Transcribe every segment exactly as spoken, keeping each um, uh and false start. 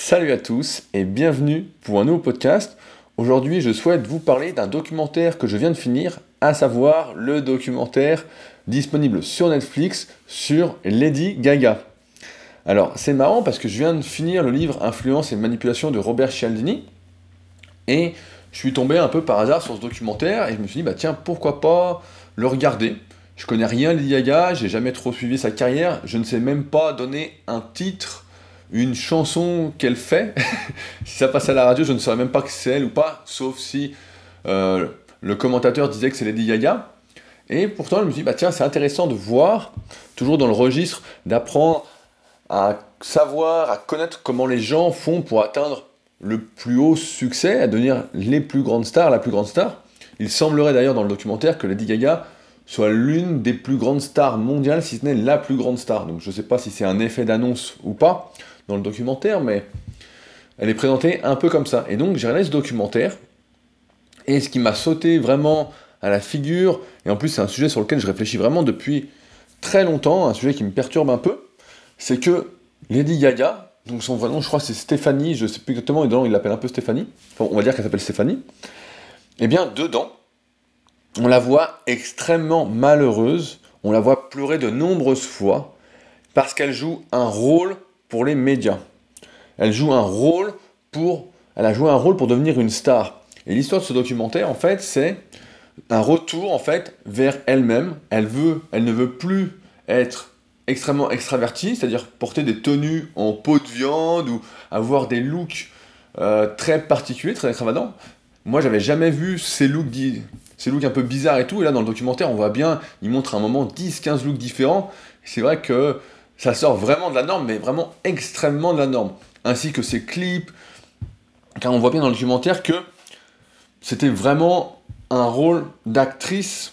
Salut à tous et bienvenue pour un nouveau podcast. Aujourd'hui, je souhaite vous parler d'un documentaire que je viens de finir, à savoir le documentaire disponible sur Netflix sur Lady Gaga. Alors, c'est marrant parce que je viens de finir le livre Influence et manipulation de Robert Cialdini et je suis tombé un peu par hasard sur ce documentaire et je me suis dit, bah tiens, pourquoi pas le regarder. Je connais rien Lady Gaga, j'ai jamais trop suivi sa carrière, je ne sais même pas donner un titre, une chanson qu'elle fait. Si ça passe à la radio, je ne saurais même pas que c'est elle ou pas, sauf si euh, le commentateur disait que c'est Lady Gaga. Et pourtant, je me suis dit, bah tiens, c'est intéressant de voir, toujours dans le registre, d'apprendre à savoir, à connaître comment les gens font pour atteindre le plus haut succès, à devenir les plus grandes stars, la plus grande star. Il semblerait d'ailleurs dans le documentaire que Lady Gaga soit l'une des plus grandes stars mondiales, si ce n'est la plus grande star. Donc je ne sais pas si c'est un effet d'annonce ou pas dans le documentaire, mais elle est présentée un peu comme ça. Et donc j'ai regardé ce documentaire, et ce qui m'a sauté vraiment à la figure, et en plus c'est un sujet sur lequel je réfléchis vraiment depuis très longtemps, un sujet qui me perturbe un peu, c'est que Lady Gaga, donc son vrai nom je crois c'est Stéphanie, je sais plus exactement, et dedans il l'appelle un peu Stéphanie, enfin on va dire qu'elle s'appelle Stéphanie, et bien dedans, on la voit extrêmement malheureuse, on la voit pleurer de nombreuses fois, parce qu'elle joue un rôle pour les médias. Elle joue un rôle pour... Elle a joué un rôle pour devenir une star. Et l'histoire de ce documentaire, en fait, c'est un retour, en fait, vers elle-même. Elle veut, elle ne veut plus être extrêmement extravertie, c'est-à-dire porter des tenues en peau de viande ou avoir des looks euh, très particuliers, très extravagants. Moi, j'avais jamais vu ces looks, di- ces looks un peu bizarres et tout. Et là, dans le documentaire, on voit bien, il montre à un moment dix quinze looks différents. C'est vrai que ça sort vraiment de la norme, mais vraiment extrêmement de la norme. Ainsi que ses clips, car on voit bien dans le documentaire que c'était vraiment un rôle d'actrice,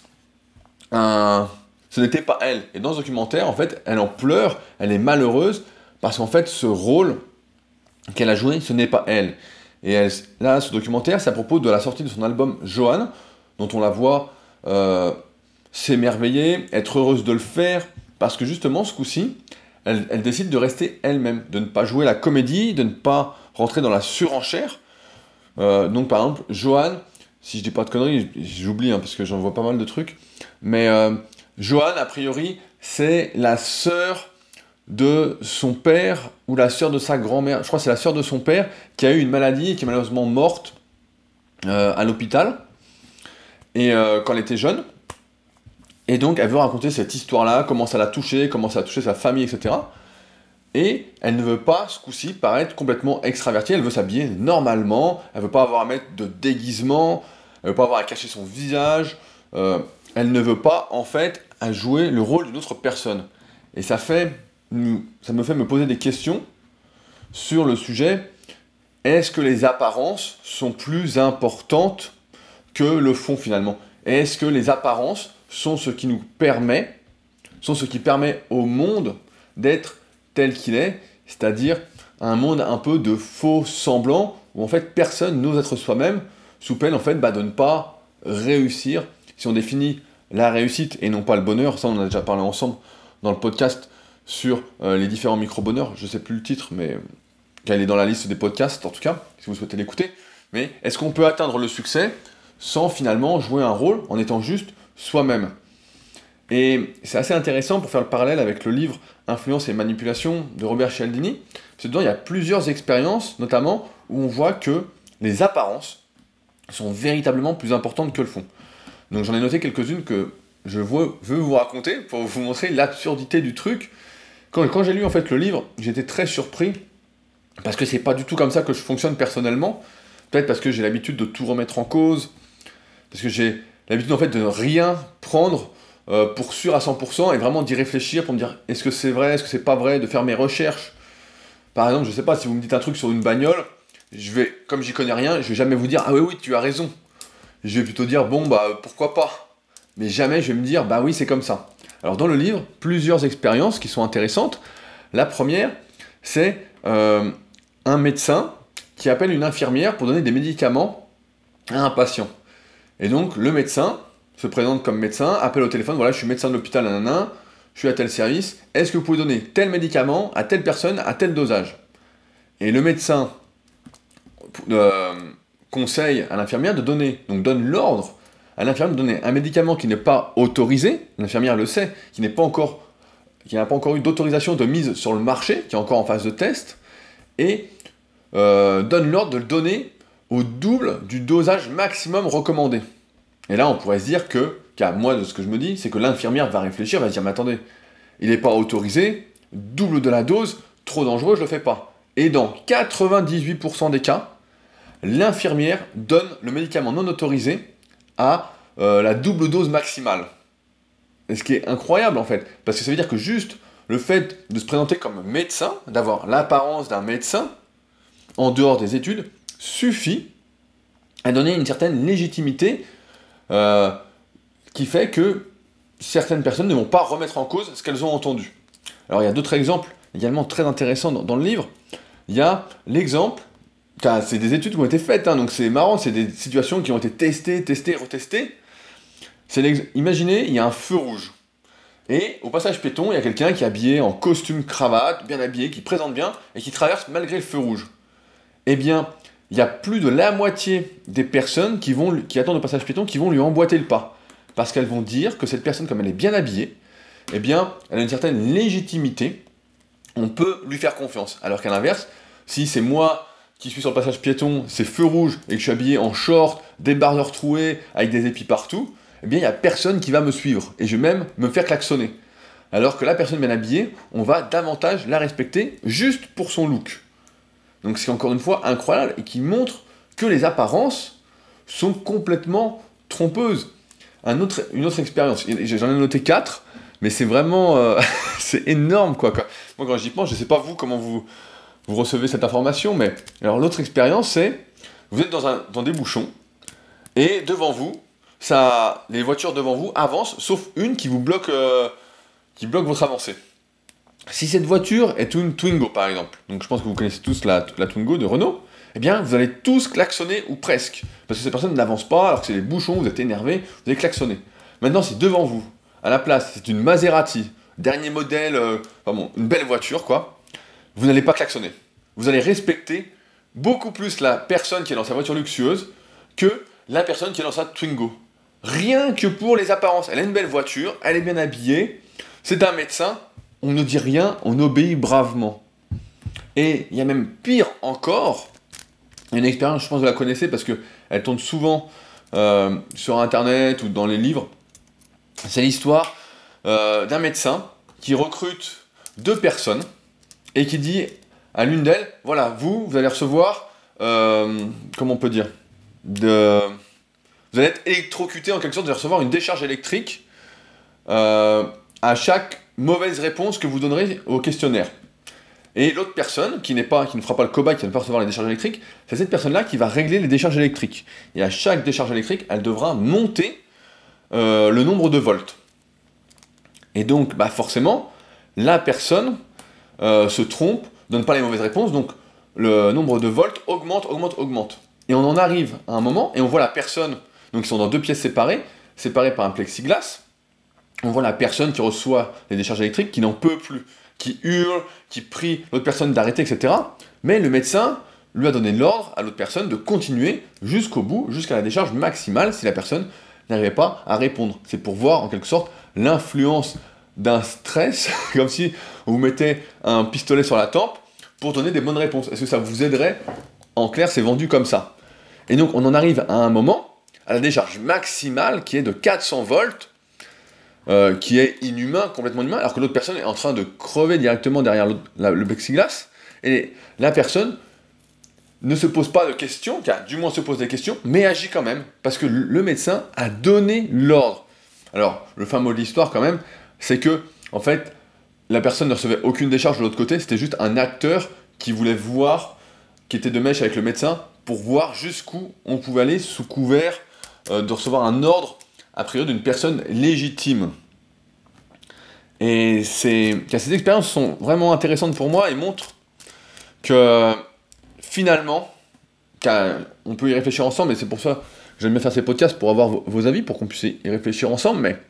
un... ce n'était pas elle. Et dans ce documentaire, en fait, elle en pleure, elle est malheureuse, parce qu'en fait, ce rôle qu'elle a joué, ce n'est pas elle. Et elle, là, ce documentaire, c'est à propos de la sortie de son album Joanne, dont on la voit euh, s'émerveiller, être heureuse de le faire, parce que justement, ce coup-ci, elle, elle décide de rester elle-même, de ne pas jouer la comédie, de ne pas rentrer dans la surenchère. Euh, donc par exemple, Joanne, si je dis pas de conneries, j'oublie hein, parce que j'en vois pas mal de trucs, mais euh, Joanne, a priori, c'est la sœur de son père ou la sœur de sa grand-mère. Je crois que c'est la sœur de son père qui a eu une maladie et qui est malheureusement morte euh, à l'hôpital et euh, quand elle était jeune. Et donc elle veut raconter cette histoire-là, comment ça l'a touchée, comment ça a touché sa famille, et cetera. Et elle ne veut pas, ce coup-ci, paraître complètement extravertie, elle veut s'habiller normalement, elle veut pas avoir à mettre de déguisement, elle veut pas avoir à cacher son visage, euh, elle ne veut pas, en fait, à jouer le rôle d'une autre personne. Et ça fait, ça me fait me poser des questions sur le sujet, est-ce que les apparences sont plus importantes que le fond finalement? Est-ce que les apparences sont ce qui nous permet, sont ce qui permet au monde d'être tel qu'il est, c'est-à-dire un monde un peu de faux semblants, où en fait personne n'ose être soi-même, sous peine en fait bah, de ne pas réussir. Si on définit la réussite et non pas le bonheur, ça on en a déjà parlé ensemble dans le podcast sur euh, les différents micro-bonheurs, je sais plus le titre, mais elle est dans la liste des podcasts en tout cas, si vous souhaitez l'écouter. Mais est-ce qu'on peut atteindre le succès sans finalement jouer un rôle en étant juste soi-même? Et c'est assez intéressant pour faire le parallèle avec le livre Influence et manipulation de Robert Cialdini, parce que dedans il y a plusieurs expériences, notamment où on voit que les apparences sont véritablement plus importantes que le fond. Donc j'en ai noté quelques-unes que je veux, veux vous raconter pour vous montrer l'absurdité du truc. Quand, quand j'ai lu en fait le livre, j'étais très surpris, parce que c'est pas du tout comme ça que je fonctionne personnellement, peut-être parce que j'ai l'habitude de tout remettre en cause, parce que j'ai l'habitude en fait de rien prendre Euh, pour sûr à cent pour cent et vraiment d'y réfléchir pour me dire est-ce que c'est vrai, est-ce que c'est pas vrai, de faire mes recherches. Par exemple, je sais pas, si vous me dites un truc sur une bagnole, je vais, comme j'y connais rien, je vais jamais vous dire ah oui oui tu as raison. Je vais plutôt dire bon bah pourquoi pas. Mais jamais je vais me dire bah oui c'est comme ça. Alors dans le livre, plusieurs expériences qui sont intéressantes. La première, c'est euh, un médecin qui appelle une infirmière pour donner des médicaments à un patient. Et donc le médecin se présente comme médecin, appelle au téléphone, voilà, je suis médecin de l'hôpital, nanana, je suis à tel service, est-ce que vous pouvez donner tel médicament à telle personne à tel dosage? Et le médecin euh, conseille à l'infirmière de donner, donc donne l'ordre à l'infirmière de donner un médicament qui n'est pas autorisé, l'infirmière le sait, qui n'est pas encore, qui n'a pas encore eu d'autorisation de mise sur le marché, qui est encore en phase de test, et euh, donne l'ordre de le donner au double du dosage maximum recommandé. Et là, on pourrait se dire que, car moi, de ce que je me dis, c'est que l'infirmière va réfléchir, va se dire, mais attendez, il n'est pas autorisé, double de la dose, trop dangereux, je le fais pas. Et dans quatre-vingt-dix-huit pour cent des cas, l'infirmière donne le médicament non autorisé à euh, la double dose maximale. Et ce qui est incroyable en fait, parce que ça veut dire que juste le fait de se présenter comme médecin, d'avoir l'apparence d'un médecin, en dehors des études, suffit à donner une certaine légitimité euh, qui fait que certaines personnes ne vont pas remettre en cause ce qu'elles ont entendu. Alors il y a d'autres exemples également très intéressants dans, dans le livre. Il y a l'exemple, car c'est des études qui ont été faites, hein, donc c'est marrant, c'est des situations qui ont été testées, testées, retestées. C'est imaginez, il y a un feu rouge. Et au passage piéton, il y a quelqu'un qui est habillé en costume cravate, bien habillé, qui présente bien, et qui traverse malgré le feu rouge. Eh bien, il y a plus de la moitié des personnes qui, vont, qui attendent au passage piéton qui vont lui emboîter le pas. Parce qu'elles vont dire que cette personne, comme elle est bien habillée, eh bien, elle a une certaine légitimité, on peut lui faire confiance. Alors qu'à l'inverse, si c'est moi qui suis sur le passage piéton, c'est feu rouge, et que je suis habillé en short, débardeur troué, avec des épis partout, eh bien, il n'y a personne qui va me suivre, et je vais même me faire klaxonner. Alors que la personne bien habillée, on va davantage la respecter, juste pour son look. Donc c'est encore une fois incroyable, et qui montre que les apparences sont complètement trompeuses. Un autre, une autre expérience, j'en ai noté quatre, mais c'est vraiment, euh, c'est énorme quoi, quoi. Moi quand j'y pense, je ne sais pas vous comment vous, vous recevez cette information, mais alors l'autre expérience c'est, vous êtes dans, un, dans des bouchons, et devant vous, ça, les voitures devant vous avancent, sauf une qui vous bloque, euh, qui bloque votre avancée. Si cette voiture est une Twingo par exemple, donc je pense que vous connaissez tous la, la Twingo de Renault, eh bien vous allez tous klaxonner ou presque, parce que ces personnes n'avancent pas, alors que c'est les bouchons, vous êtes énervé, vous allez klaxonner. Maintenant si devant vous, à la place, c'est une Maserati, dernier modèle, euh, enfin bon, une belle voiture quoi, vous n'allez pas klaxonner. Vous allez respecter beaucoup plus la personne qui est dans sa voiture luxueuse que la personne qui est dans sa Twingo. Rien que pour les apparences. Elle a une belle voiture, elle est bien habillée, c'est un médecin, on ne dit rien, on obéit bravement. Et il y a même pire encore, une expérience, je pense que vous la connaissez parce qu'elle tourne souvent euh, sur internet ou dans les livres, c'est l'histoire euh, d'un médecin qui recrute deux personnes et qui dit à l'une d'elles, voilà, vous, vous allez recevoir, euh, comment on peut dire, de... vous allez être électrocuté en quelque sorte, vous allez recevoir une décharge électrique euh, à chaque mauvaise réponse que vous donnerez au questionnaire. Et l'autre personne, qui, n'est pas, qui ne fera pas le cobaye, qui ne va pas recevoir les décharges électriques, c'est cette personne-là qui va régler les décharges électriques. Et à chaque décharge électrique, elle devra monter euh, le nombre de volts. Et donc, bah forcément, la personne euh, se trompe, donne pas les mauvaises réponses, donc le nombre de volts augmente, augmente, augmente. Et on en arrive à un moment, et on voit la personne, donc ils sont dans deux pièces séparées, séparées par un plexiglas, on voit la personne qui reçoit les décharges électriques, qui n'en peut plus, qui hurle, qui prie l'autre personne d'arrêter, et cetera. Mais le médecin lui a donné l'ordre à l'autre personne de continuer jusqu'au bout, jusqu'à la décharge maximale, si la personne n'arrivait pas à répondre. C'est pour voir, en quelque sorte, l'influence d'un stress, comme si on vous mettait un pistolet sur la tempe pour donner des bonnes réponses. Est-ce que ça vous aiderait? En clair, c'est vendu comme ça. Et donc, on en arrive à un moment, à la décharge maximale, qui est de quatre cents volts, euh, qui est inhumain, complètement inhumain, alors que l'autre personne est en train de crever directement derrière la, le plexiglas, et la personne ne se pose pas de questions, car du moins se pose des questions, mais agit quand même, parce que le médecin a donné l'ordre. Alors, le fin mot de l'histoire quand même, c'est que, en fait, la personne ne recevait aucune décharge de l'autre côté, c'était juste un acteur qui voulait voir, qui était de mèche avec le médecin, pour voir jusqu'où on pouvait aller sous couvert euh, de recevoir un ordre, a priori, d'une personne légitime. Et c'est, ces expériences sont vraiment intéressantes pour moi et montrent que, finalement, on peut y réfléchir ensemble, et c'est pour ça que j'aime bien faire ces podcasts, pour avoir vos, vos avis, pour qu'on puisse y réfléchir ensemble, mais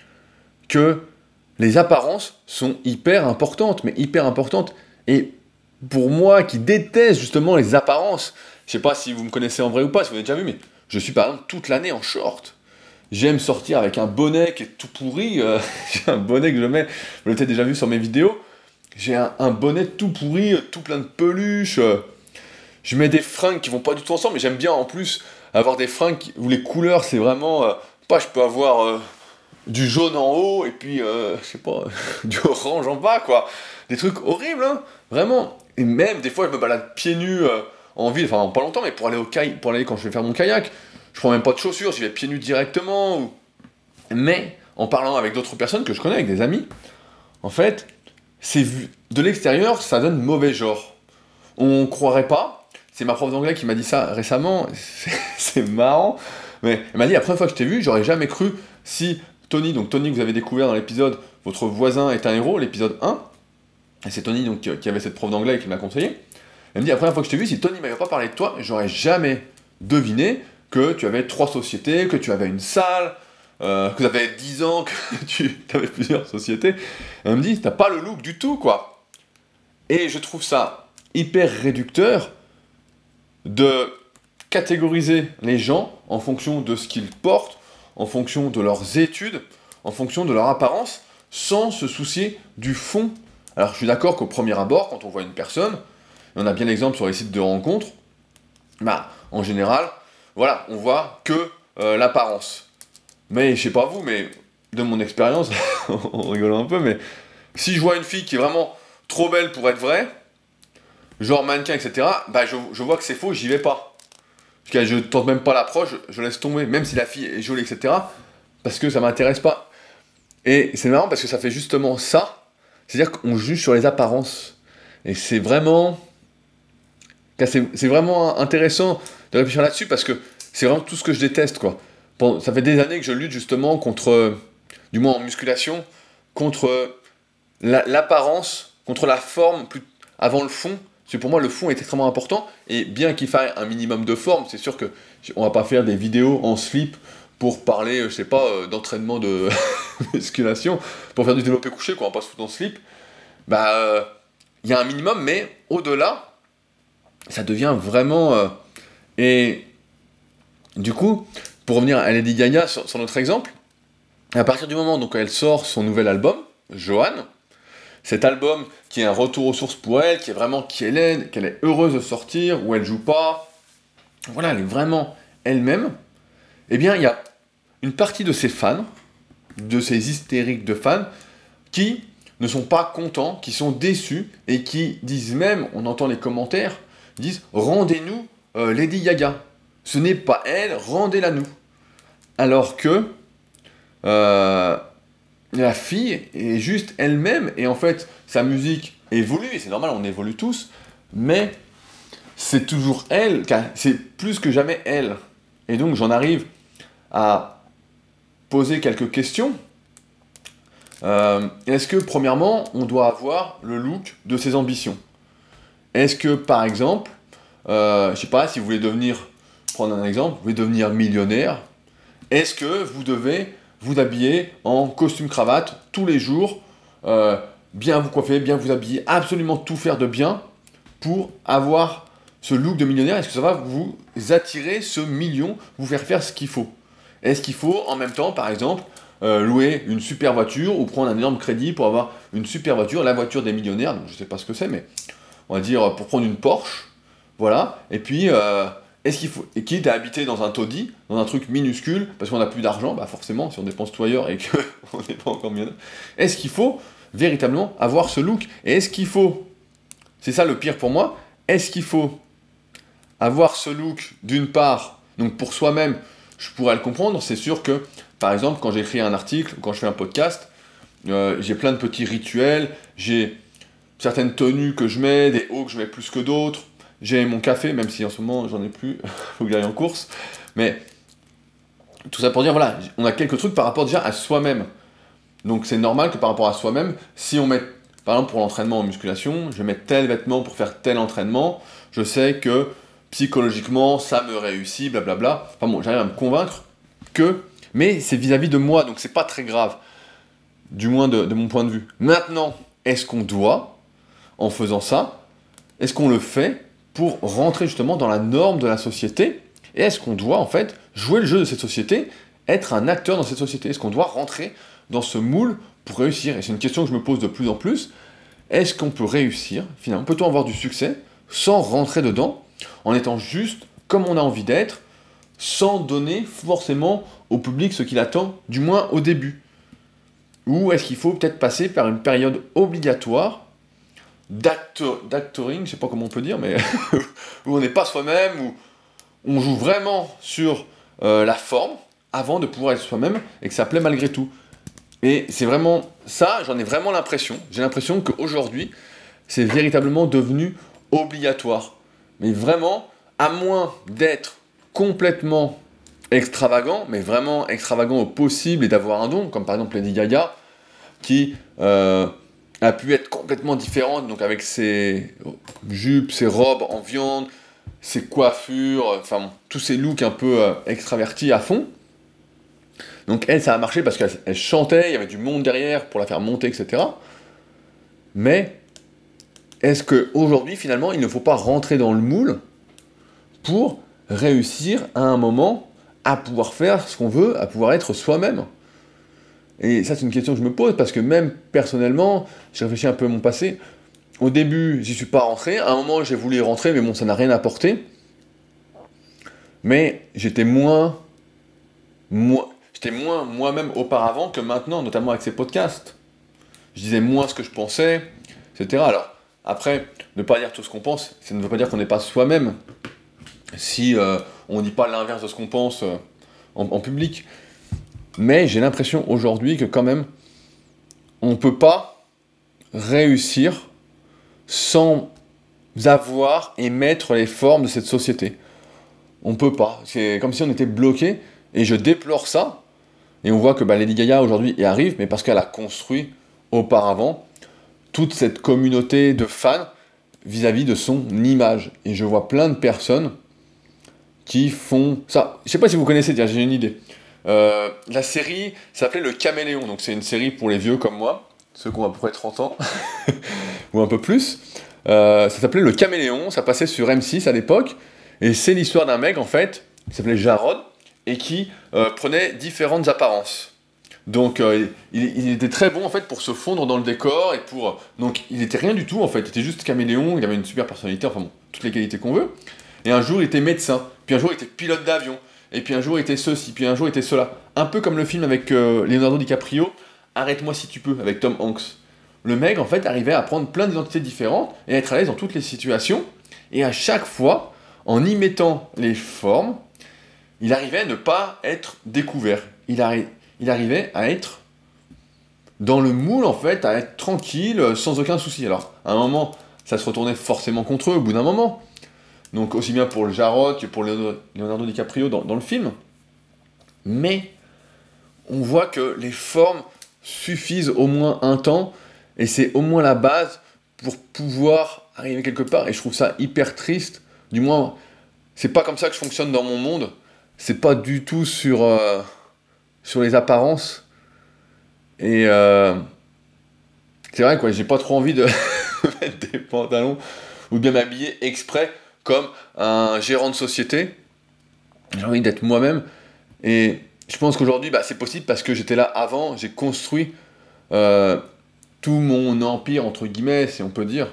que les apparences sont hyper importantes, mais hyper importantes, et pour moi qui déteste justement les apparences, je sais pas si vous me connaissez en vrai ou pas, si vous avez déjà vu, mais je suis par exemple toute l'année en short. J'aime sortir avec un bonnet qui est tout pourri. euh, j'ai un bonnet que je mets, vous l'avez peut-être déjà vu sur mes vidéos. J'ai un, un bonnet tout pourri, euh, tout plein de peluches. euh, je mets des fringues qui vont pas du tout ensemble, mais j'aime bien en plus avoir des fringues qui- où les couleurs c'est vraiment. euh, pas, je peux avoir euh, du jaune en haut et puis, euh, je sais pas, du orange en bas, quoi. Des trucs horribles, hein, vraiment. Et même, des fois, je me balade pieds nus euh, en ville, enfin, pas longtemps, mais pour aller au kayak, pour aller quand je vais faire mon kayak, je prends même pas de chaussures, j'y vais pieds nus directement. Ou... Mais, en parlant avec d'autres personnes que je connais, avec des amis, en fait, c'est vu de l'extérieur, ça donne mauvais genre. On croirait pas. C'est ma prof d'anglais qui m'a dit ça récemment. C'est, c'est marrant. Mais elle m'a dit la première fois que je t'ai vu, j'aurais jamais cru si Tony, donc Tony que vous avez découvert dans l'épisode Votre voisin est un héros, l'épisode un, et c'est Tony donc, qui avait cette prof d'anglais et qui m'a conseillé. Elle me dit la première fois que je t'ai vu, si Tony m'avait pas parlé de toi, j'aurais jamais deviné que tu avais trois sociétés, que tu avais une salle, euh, que tu avais dix ans, que tu avais plusieurs sociétés. Elle me dit, t'as pas le look du tout, quoi. Et je trouve ça hyper réducteur de catégoriser les gens en fonction de ce qu'ils portent, en fonction de leurs études, en fonction de leur apparence, sans se soucier du fond. Alors je suis d'accord qu'au premier abord, quand on voit une personne, et on a bien l'exemple sur les sites de rencontres, bah, en général, voilà, on voit que euh, l'apparence. Mais je sais pas vous, mais de mon expérience, en rigolant un peu, mais si je vois une fille qui est vraiment trop belle pour être vraie, genre mannequin, et cetera, bah je, je vois que c'est faux, j'y vais pas. Parce que je tente même pas l'approche, je, je laisse tomber, même si la fille est jolie, et cetera, parce que ça m'intéresse pas. Et c'est marrant parce que ça fait justement ça, c'est-à-dire qu'on juge sur les apparences. Et c'est vraiment... C'est, c'est vraiment intéressant de réfléchir là-dessus parce que c'est vraiment tout ce que je déteste, quoi. Bon, ça fait des années que je lutte justement contre, du moins en musculation, contre la, l'apparence, contre la forme plus, avant le fond. Parce que pour moi, le fond est extrêmement important. Et bien qu'il faille un minimum de forme, c'est sûr que on va pas faire des vidéos en slip pour parler, je sais pas, euh, d'entraînement de musculation, pour faire du développé couché, quoi, on va pas se foutre en slip. Bah, euh, il y a un minimum, mais au-delà, ça devient vraiment... euh, et du coup, pour revenir à Lady Gaga sur, sur notre exemple, à partir du moment où elle sort son nouvel album, Joanne, cet album qui est un retour aux sources pour elle, qui est vraiment qui elle est, qu'elle est heureuse de sortir, où elle joue pas, voilà, elle est vraiment elle-même, eh bien, il y a une partie de ses fans, de ces hystériques de fans, qui ne sont pas contents, qui sont déçus, et qui disent même, on entend les commentaires, disent « Rendez-nous euh, Lady Gaga. Ce n'est pas elle, rendez-la nous. » Alors que euh, la fille est juste elle-même, et en fait, sa musique évolue, et c'est normal, on évolue tous, mais c'est toujours elle, car c'est plus que jamais elle. Et donc j'en arrive à poser quelques questions. Euh, est-ce que, premièrement, on doit avoir le look de ses ambitions ? Est-ce que, par exemple, euh, je sais pas, si vous voulez devenir, prendre un exemple, vous voulez devenir millionnaire, est-ce que vous devez vous habiller en costume cravate tous les jours, euh, bien vous coiffer, bien vous habiller, absolument tout faire de bien pour avoir ce look de millionnaire? Est-ce que ça va vous attirer ce million, vous faire faire ce qu'il faut? Est-ce qu'il faut en même temps, par exemple, euh, louer une super voiture ou prendre un énorme crédit pour avoir une super voiture, la voiture des millionnaires, donc je sais pas ce que c'est, mais on va dire pour prendre une Porsche, voilà, et puis euh, est-ce qu'il faut, et quitte à habiter dans un taudis, dans un truc minuscule, parce qu'on n'a plus d'argent, bah forcément, si on dépense tout ailleurs et qu'on n'est pas encore millionnaire, est-ce qu'il faut véritablement avoir ce look? Et est-ce qu'il faut, c'est ça le pire pour moi, est-ce qu'il faut avoir ce look d'une part, donc pour soi-même, je pourrais le comprendre, c'est sûr que, par exemple, quand j'écris un article, ou quand je fais un podcast, euh, j'ai plein de petits rituels, j'ai certaines tenues que je mets, des hauts que je mets plus que d'autres, j'ai mon café, même si en ce moment j'en ai plus, faut que j'aille en course, mais tout ça pour dire, voilà, on a quelques trucs par rapport déjà à soi-même. Donc c'est normal que par rapport à soi-même, si on met, par exemple pour l'entraînement en musculation, je mets tel vêtement pour faire tel entraînement, je sais que psychologiquement ça me réussit, blablabla. Enfin bon, j'arrive à me convaincre que, mais c'est vis-à-vis de moi, donc c'est pas très grave, du moins de, de mon point de vue. Maintenant, est-ce qu'on doit, en faisant ça, est-ce qu'on le fait pour rentrer justement dans la norme de la société? Et est-ce qu'on doit en fait jouer le jeu de cette société, être un acteur dans cette société? Est-ce qu'on doit rentrer dans ce moule pour réussir? Et c'est une question que je me pose de plus en plus. Est-ce qu'on peut réussir, finalement, peut-on avoir du succès sans rentrer dedans, en étant juste comme on a envie d'être, sans donner forcément au public ce qu'il attend, du moins au début? Ou est-ce qu'il faut peut-être passer par une période obligatoire d'actor, d'actoring, je sais pas comment on peut dire, mais où on n'est pas soi-même, où on joue vraiment sur euh, la forme, avant de pouvoir être soi-même, et que ça plaît malgré tout. Et c'est vraiment ça, j'en ai vraiment l'impression. J'ai l'impression qu'aujourd'hui, c'est véritablement devenu obligatoire. Mais vraiment, à moins d'être complètement extravagant, mais vraiment extravagant au possible et d'avoir un don, comme par exemple Lady Gaga, qui euh, a pu être complètement différente, donc avec ses jupes, ses robes en viande, ses coiffures, enfin bon, tous ces looks un peu euh, extravertis à fond. Donc elle, ça a marché parce qu'elle elle chantait, il y avait du monde derrière pour la faire monter, et cetera. Mais est-ce qu'aujourd'hui, finalement, il ne faut pas rentrer dans le moule pour réussir à un moment à pouvoir faire ce qu'on veut, à pouvoir être soi-même? Et ça, c'est une question que je me pose parce que même personnellement, j'ai réfléchi un peu à mon passé. Au début, j'y suis pas rentré. À un moment, j'ai voulu y rentrer, mais bon, ça n'a rien apporté. Mais j'étais moins... moi, J'étais moins moi-même auparavant que maintenant, notamment avec ces podcasts. Je disais moins ce que je pensais, et cetera. Alors, après, ne pas dire tout ce qu'on pense, ça ne veut pas dire qu'on n'est pas soi-même. Si euh, on ne dit pas l'inverse de ce qu'on pense euh, en, en public. Mais j'ai l'impression aujourd'hui que quand même, on ne peut pas réussir sans avoir et mettre les formes de cette société. On ne peut pas. C'est comme si on était bloqué, et je déplore ça. Et on voit que bah, Lady Gaga aujourd'hui y arrive, mais parce qu'elle a construit auparavant toute cette communauté de fans vis-à-vis de son image. Et je vois plein de personnes qui font ça. Je sais pas si vous connaissez, tiens, j'ai une idée. Euh, la série s'appelait Le Caméléon, donc c'est une série pour les vieux comme moi, ceux qui ont à peu près trente ans, ou un peu plus. Euh, ça s'appelait Le Caméléon, ça passait sur M six à l'époque, et c'est l'histoire d'un mec en fait, qui s'appelait Jarod, et qui euh, prenait différentes apparences. Donc euh, il, il était très bon en fait pour se fondre dans le décor, et pour... Donc il était rien du tout en fait, il était juste caméléon, il avait une super personnalité, enfin bon, toutes les qualités qu'on veut. Et un jour il était médecin, puis un jour il était pilote d'avion, et puis un jour il était ceci, puis un jour il était cela. Un peu comme le film avec euh, Leonardo DiCaprio, Arrête-moi si tu peux, avec Tom Hanks. Le mec en fait arrivait à prendre plein d'identités différentes, et à être à l'aise dans toutes les situations, et à chaque fois, en y mettant les formes, il arrivait à ne pas être découvert. Il, arri- il arrivait à être dans le moule, en fait, à être tranquille, sans aucun souci. Alors, à un moment, ça se retournait forcément contre eux, au bout d'un moment. Donc, aussi bien pour le Jarod que pour Leonardo DiCaprio dans, dans le film. Mais, on voit que les formes suffisent au moins un temps, et c'est au moins la base pour pouvoir arriver quelque part. Et je trouve ça hyper triste. Du moins, c'est pas comme ça que je fonctionne dans mon monde. C'est pas du tout sur, euh, sur les apparences. Et euh, c'est vrai, quoi, j'ai pas trop envie de mettre des pantalons ou bien m'habiller exprès comme un gérant de société. J'ai envie d'être moi-même. Et je pense qu'aujourd'hui, bah, c'est possible parce que j'étais là avant, j'ai construit euh, tout mon empire, entre guillemets, si on peut dire,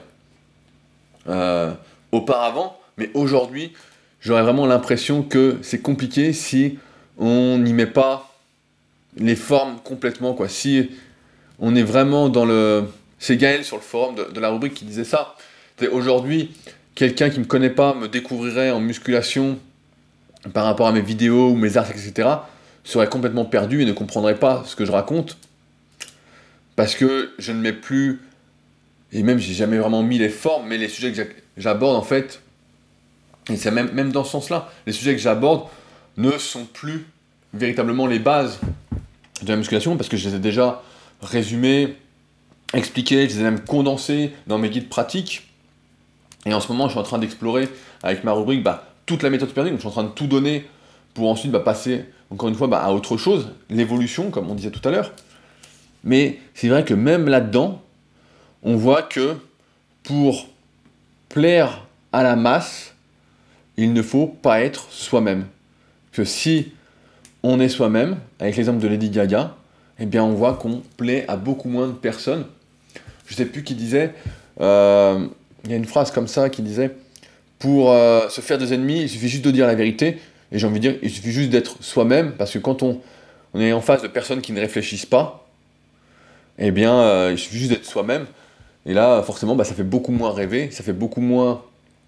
euh, auparavant. Mais aujourd'hui, j'aurais vraiment l'impression que c'est compliqué si on n'y met pas les formes complètement, quoi. Si on est vraiment dans le... C'est Gaël sur le forum de, de la rubrique qui disait ça. C'est aujourd'hui, quelqu'un qui ne me connaît pas me découvrirait en musculation par rapport à mes vidéos ou mes arts, et cetera, serait complètement perdu et ne comprendrait pas ce que je raconte. Parce que je ne mets plus... Et même, j'ai jamais vraiment mis les formes, mais les sujets que j'aborde, en fait... Et c'est même, même dans ce sens-là, les sujets que j'aborde ne sont plus véritablement les bases de la musculation, parce que je les ai déjà résumés, expliqués, je les ai même condensés dans mes guides pratiques. Et en ce moment, je suis en train d'explorer, avec ma rubrique, bah, toute la méthode Superdic, donc je suis en train de tout donner, pour ensuite bah, passer, encore une fois, bah, à autre chose, l'évolution, comme on disait tout à l'heure. Mais c'est vrai que même là-dedans, on voit que pour plaire à la masse, il ne faut pas être soi-même. Que si on est soi-même, avec l'exemple de Lady Gaga, eh bien on voit qu'on plaît à beaucoup moins de personnes. Je ne sais plus qui disait, euh, il y a une phrase comme ça qui disait « Pour euh, se faire des ennemis, il suffit juste de dire la vérité. » Et j'ai envie de dire, il suffit juste d'être soi-même, parce que quand on, on est en face de personnes qui ne réfléchissent pas, eh bien euh, il suffit juste d'être soi-même. Et là, forcément, bah, ça fait beaucoup moins rêver, ça fait beaucoup moins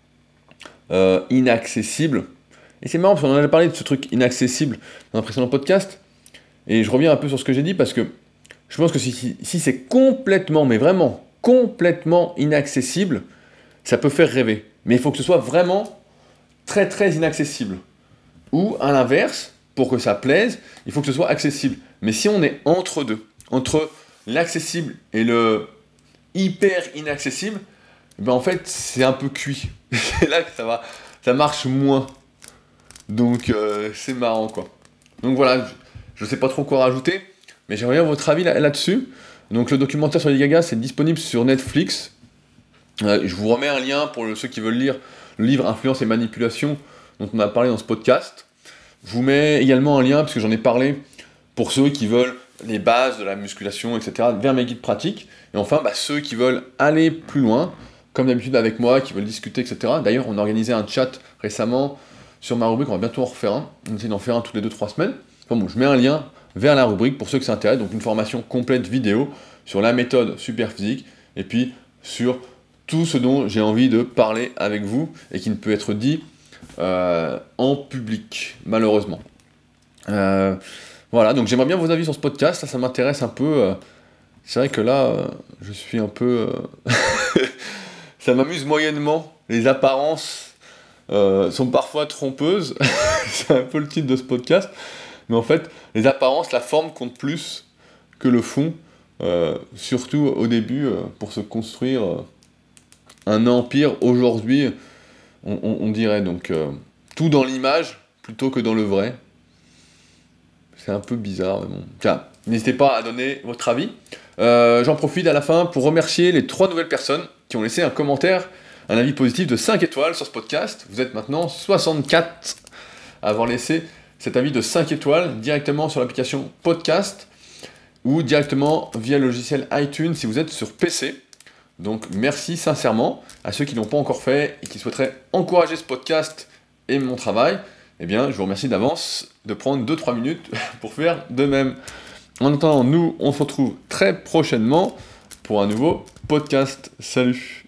euh, inaccessible. Et c'est marrant, parce qu'on en a parlé de ce truc inaccessible dans un précédent podcast, et je reviens un peu sur ce que j'ai dit, parce que je pense que si, si, si c'est complètement, mais vraiment complètement inaccessible, ça peut faire rêver. Mais il faut que ce soit vraiment très très inaccessible. Ou, à l'inverse, pour que ça plaise, il faut que ce soit accessible. Mais si on est entre deux, entre l'accessible et le hyper inaccessible, ben en fait, c'est un peu cuit. C'est là que ça va, ça marche moins. Donc, euh, c'est marrant, quoi. Donc voilà, je ne sais pas trop quoi rajouter, mais j'aimerais bien votre avis là, là-dessus. Donc, le documentaire sur Lady Gaga, c'est disponible sur Netflix. Euh, je vous remets un lien pour ceux qui veulent lire le livre Influence et Manipulation, dont on a parlé dans ce podcast. Je vous mets également un lien, parce que j'en ai parlé, pour ceux qui veulent les bases de la musculation, et cetera, vers mes guides pratiques. Et enfin, bah, ceux qui veulent aller plus loin, comme d'habitude avec moi, qui veulent discuter, et cetera. D'ailleurs, on a organisé un chat récemment sur ma rubrique, on va bientôt en refaire un. On essaie d'en faire un toutes les deux trois semaines. Enfin bon, je mets un lien vers la rubrique pour ceux qui s'intéressent, donc une formation complète vidéo sur la méthode Superphysique, et puis sur tout ce dont j'ai envie de parler avec vous, et qui ne peut être dit Euh, en public, malheureusement. Euh, voilà, donc j'aimerais bien vos avis sur ce podcast, ça, ça m'intéresse un peu. Euh, c'est vrai que là, euh, je suis un peu... Euh ça m'amuse moyennement, les apparences euh, sont parfois trompeuses, c'est un peu le titre de ce podcast, mais en fait, les apparences, la forme compte plus que le fond, euh, surtout au début, euh, pour se construire euh, un empire aujourd'hui, On, on, on dirait, donc euh, tout dans l'image plutôt que dans le vrai. C'est un peu bizarre, mais bon. Tiens, n'hésitez pas à donner votre avis. Euh, j'en profite à la fin pour remercier les trois nouvelles personnes qui ont laissé un commentaire, un avis positif de cinq étoiles sur ce podcast. Vous êtes maintenant soixante-quatre à avoir laissé cet avis de cinq étoiles directement sur l'application podcast ou directement via le logiciel iTunes si vous êtes sur P C. Donc merci sincèrement à ceux qui ne l'ont pas encore fait et qui souhaiteraient encourager ce podcast et mon travail. Eh bien, je vous remercie d'avance de prendre deux trois minutes pour faire de même. En attendant, nous, on se retrouve très prochainement pour un nouveau podcast. Salut!